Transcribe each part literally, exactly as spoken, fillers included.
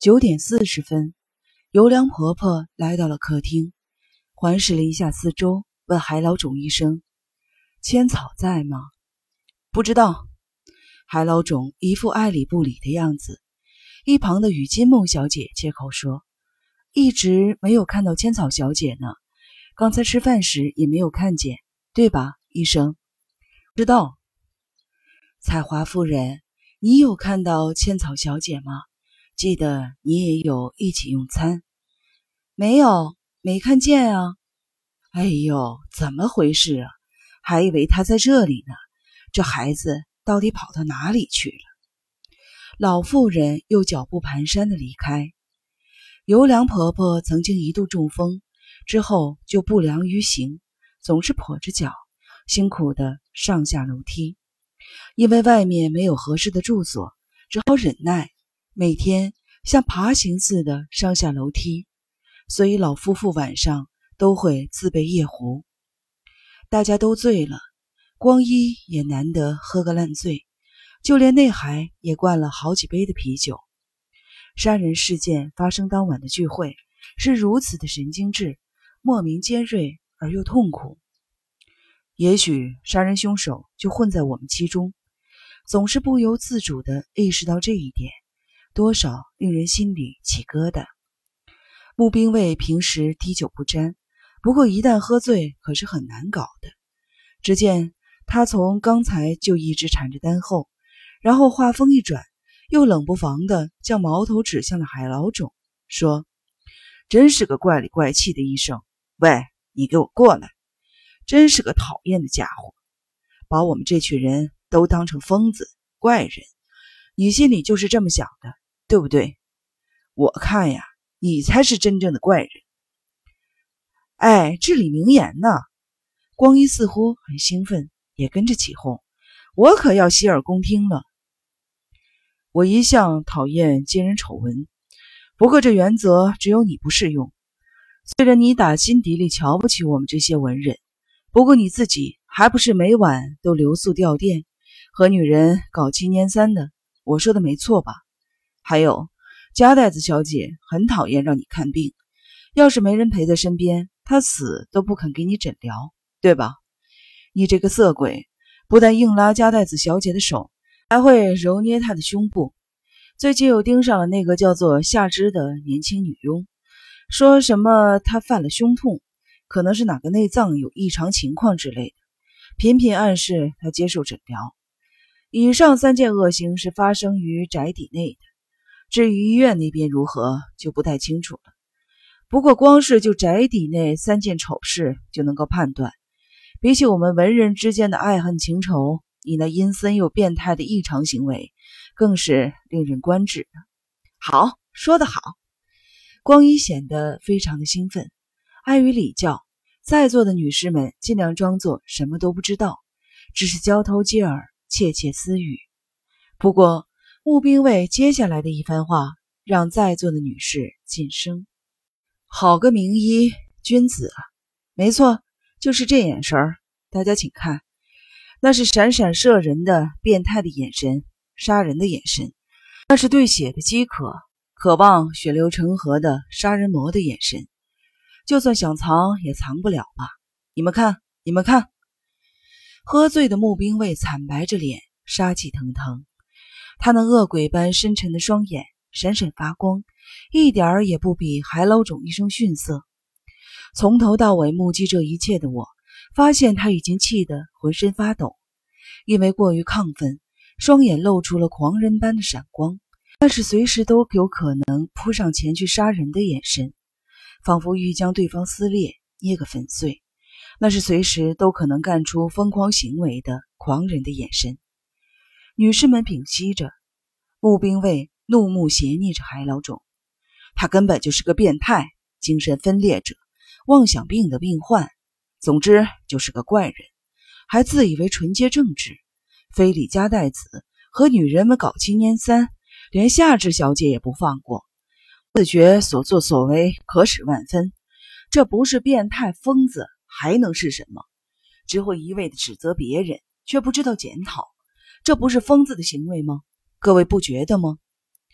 九点四十分，尤良婆婆来到了客厅，环视了一下四周，问海老种医生：“千草在吗？”“不知道。”海老种一副爱理不理的样子。一旁的雨金梦小姐接口说：“一直没有看到千草小姐呢，刚才吃饭时也没有看见，对吧，医生？”“知道。”“彩华夫人，你有看到千草小姐吗？记得你也有一起用餐。”“没有，没看见啊。”“哎呦，怎么回事啊？还以为她在这里呢，这孩子到底跑到哪里去了？”老妇人又脚步蹒跚地离开。尤良婆婆曾经一度中风，之后就不良于行，总是跛着脚，辛苦地上下楼梯。因为外面没有合适的住所，只好忍耐，每天像爬行似的上下楼梯，所以老夫妇晚上都会自备夜壶。大家都醉了，光一也难得喝个烂醉，就连内海也灌了好几杯的啤酒。杀人事件发生当晚的聚会是如此的神经质，莫名尖锐而又痛苦。也许杀人凶手就混在我们其中，总是不由自主地意识到这一点，多少令人心里起疙瘩。穆兵卫平时滴酒不沾，不过一旦喝醉可是很难搞的。只见他从刚才就一直缠着丹后，然后话锋一转，又冷不防地将矛头指向了海老种，说：“真是个怪里怪气的医生，喂，你给我过来！真是个讨厌的家伙，把我们这群人都当成疯子怪人，你心里就是这么想的，对不对？我看呀，你才是真正的怪人。”“哎，至理名言呢！”光一似乎很兴奋，也跟着起哄：“我可要洗耳恭听了。”“我一向讨厌揭人丑闻，不过这原则只有你不适用。虽然你打心底里瞧不起我们这些文人，不过你自己还不是每晚都留宿吊店，和女人搞七年三的，我说的没错吧？还有，加代子小姐很讨厌让你看病，要是没人陪在身边，她死都不肯给你诊疗，对吧？你这个色鬼，不但硬拉加代子小姐的手，还会揉捏她的胸部。最近又盯上了那个叫做夏枝的年轻女佣，说什么她犯了胸痛，可能是哪个内脏有异常情况之类的，频频暗示她接受诊疗。以上三件恶行是发生于宅邸内的，至于医院那边如何就不太清楚了。不过光是就宅邸内三件丑事就能够判断，比起我们文人之间的爱恨情仇，你那阴森又变态的异常行为更是令人观止的。”“好，说得好！”光一显得非常的兴奋。碍于礼教，在座的女士们尽量装作什么都不知道，只是交头接耳，窃窃私语。不过穆兵卫接下来的一番话让在座的女士噤声。好个名医君子啊！没错，就是这眼神儿，大家请看，那是闪闪射人的变态的眼神，杀人的眼神，那是对血的饥渴，渴望血流成河的杀人魔的眼神，就算想藏也藏不了吧？你们看，你们看！喝醉的穆兵卫惨白着脸，杀气腾腾，他那恶鬼般深沉的双眼闪闪发光，一点儿也不比海老种医生逊色。从头到尾目击这一切的我，发现他已经气得浑身发抖，因为过于亢奋，双眼露出了狂人般的闪光，那是随时都有可能扑上前去杀人的眼神，仿佛欲将对方撕裂，捏个粉碎，那是随时都可能干出疯狂行为的狂人的眼神。女士们屏息着，穆兵卫怒目斜睨着海老种，他根本就是个变态，精神分裂者，妄想病的病患，总之就是个怪人，还自以为纯洁正直，非礼加代子，和女人们搞七年三，连夏枝小姐也不放过，自觉所作所为可耻万分。这不是变态疯子还能是什么？只会一味地指责别人，却不知道检讨，这不是疯子的行为吗？各位不觉得吗？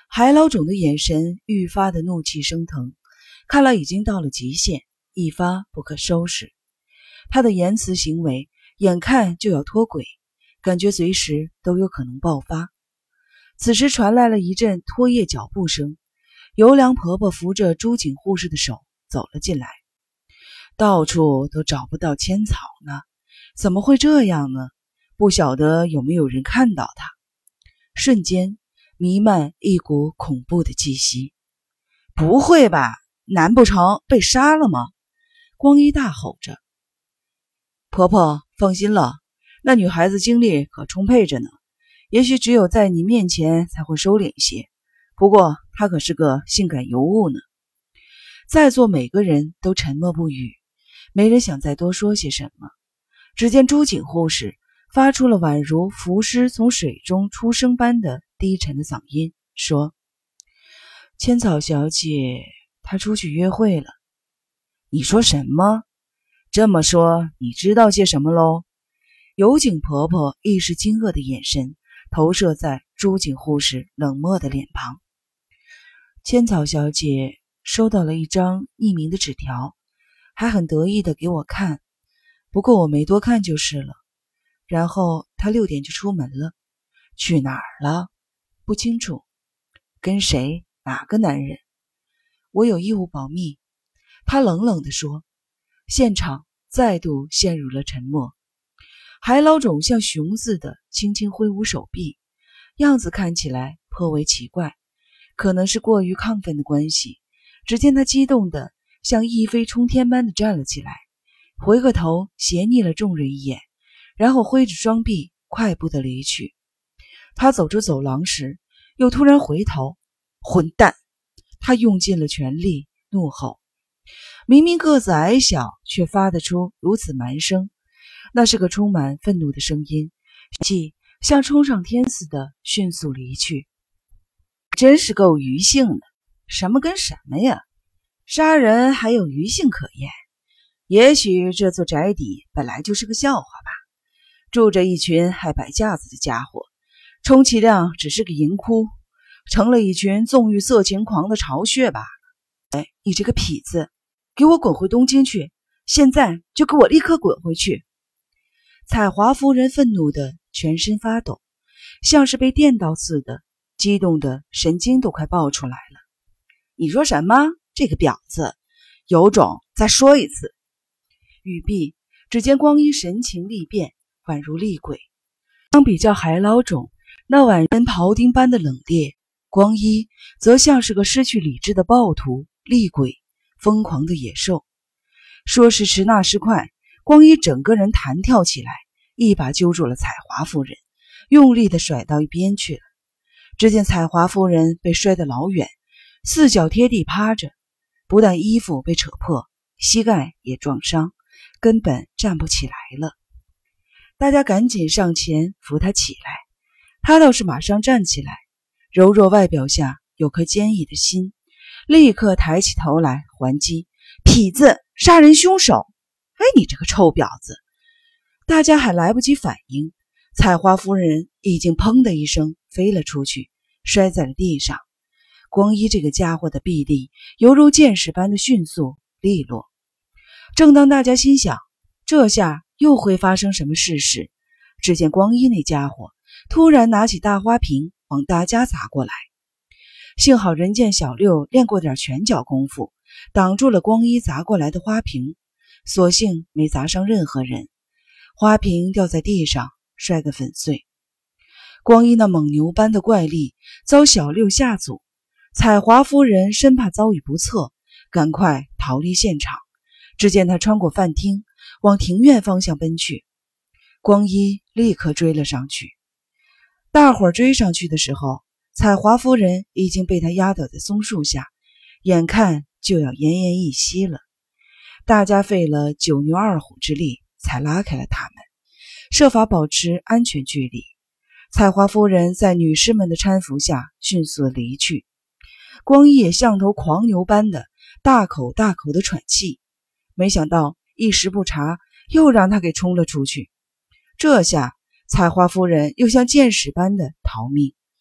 海老种的眼神愈发的怒气升腾，看来已经到了极限，一发不可收拾。他的言辞行为眼看就要脱轨，感觉随时都有可能爆发。此时传来了一阵拖曳脚步声，尤良婆婆扶着朱景护士的手走了进来。到处都找不到千草呢，怎么会这样呢？不晓得有没有人看到她。瞬间弥漫一股恐怖的气息。不会吧，难不成被杀了吗？光一大吼着。婆婆放心了，那女孩子精力可充沛着呢，也许只有在你面前才会收敛些，不过她可是个性感尤物呢。在座每个人都沉默不语，没人想再多说些什么。只见朱景护士发出了宛如浮尸从水中出生般的低沉的嗓音，说：千草小姐她出去约会了。你说什么？这么说你知道些什么喽？尤景婆婆一时惊愕的眼神投射在朱景护士冷漠的脸庞。千草小姐收到了一张匿名的纸条，还很得意的给我看，不过我没多看就是了。然后她六点就出门了。去哪儿了？不清楚。跟谁？哪个男人？我有义务保密。她冷冷地说。现场再度陷入了沉默。海老种像熊似的轻轻挥舞手臂，样子看起来颇为奇怪，可能是过于亢奋的关系。只见他激动的像一飞冲天般的站了起来，回个头斜睨了众人一眼，然后挥着双臂快步的离去。他走出走廊时又突然回头，混蛋！他用尽了全力怒吼。明明个子矮小，却发得出如此蛮声，那是个充满愤怒的声音，气像冲上天似的迅速离去。真是够愚性的，什么跟什么呀？杀人还有愚性可言？也许这座宅邸本来就是个笑话吧，住着一群还摆架子的家伙，充其量只是个淫窟，成了一群纵欲色情狂的巢穴罢了。哎，你这个痞子，给我滚回东京去！现在就给我立刻滚回去！彩华夫人愤怒的全身发抖，像是被电到似的，激动的神经都快爆出来了。你说什么？这个婊子！有种再说一次！语毕，只见光一神情厉变，宛如厉鬼。相比较海老种那宛人庖丁般的冷冽，光一则像是个失去理智的暴徒、厉鬼、疯狂的野兽。说时迟，那时快，光一整个人弹跳起来，一把揪住了彩华夫人，用力地甩到一边去了。只见彩华夫人被摔得老远，四脚贴地趴着，不但衣服被扯破，膝盖也撞伤，根本站不起来了。大家赶紧上前扶她起来，她倒是马上站起来，柔弱外表下有颗坚毅的心，立刻抬起头来还击：痞子，杀人凶手！哎，你这个臭婊子！大家还来不及反应，彩花夫人已经砰的一声飞了出去，摔在了地上。光一这个家伙的臂力犹如箭矢般的迅速利落。正当大家心想这下又会发生什么事时，只见光一那家伙突然拿起大花瓶往大家砸过来。幸好人见小六练过点拳脚功夫，挡住了光一砸过来的花瓶，所幸没砸伤任何人，花瓶掉在地上摔个粉碎。光一那猛牛般的怪力遭小六下阻，彩华夫人生怕遭遇不测，赶快逃离现场。只见他穿过饭厅往庭院方向奔去，光一立刻追了上去。大伙儿追上去的时候，彩华夫人已经被他压倒在松树下，眼看就要奄奄一息了。大家费了九牛二虎之力才拉开了他们，设法保持安全距离。彩华夫人在女士们的搀扶下迅速的离去，光一也像头狂牛般的大口大口的喘气，没想到一时不察，又让他给冲了出去。这下彩华夫人又像箭矢般的逃命，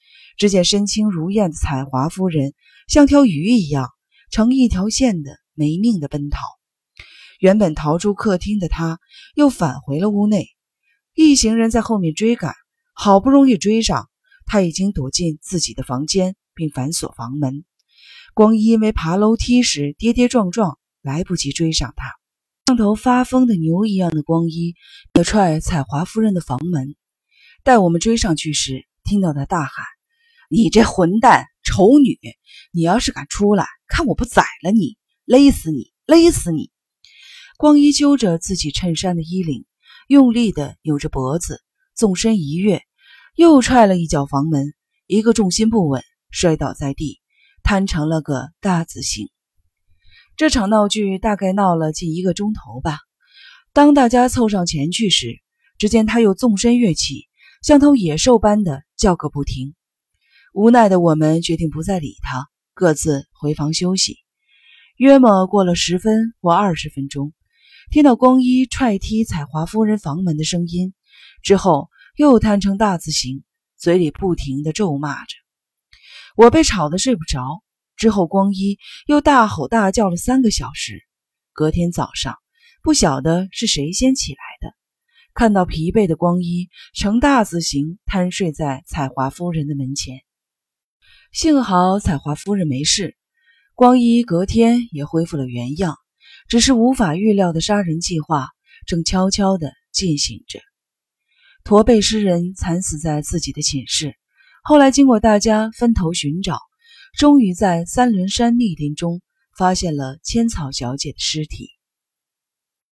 只见身轻如燕的彩华夫人像条鱼一样成一条线的没命的奔逃。原本逃出客厅的她又返回了屋内，一行人在后面追赶，好不容易追上，她已经躲进自己的房间并反锁房门。光一因为爬楼梯时跌跌撞撞，来不及追上她。像头发疯的牛一样的光一也踹彩华夫人的房门。待我们追上去时，听到他大喊：你这混蛋丑女，你要是敢出来，看我不宰了你，勒死你，勒死你！光一揪着自己衬衫的衣领，用力地扭着脖子，纵身一跃，又踹了一脚房门，一个重心不稳，摔倒在地，摊成了个大字形。这场闹剧大概闹了近一个钟头吧。当大家凑上前去时，只见他又纵身跃起，像头野兽般的叫个不停。无奈的我们决定不再理他，各自回房休息。约莫过了十分或二十分钟，听到光一踹踢彩华夫人房门的声音之后，又摊成大字形，嘴里不停地咒骂着。我被吵得睡不着，之后光一又大吼大叫了三个小时。隔天早上，不晓得是谁先起来的，看到疲惫的光一呈大字形瘫睡在彩华夫人的门前。幸好彩华夫人没事，光一隔天也恢复了原样，只是无法预料的杀人计划正悄悄地进行着。驼背诗人惨死在自己的寝室，后来经过大家分头寻找，终于在三轮山密林中发现了千草小姐的尸体。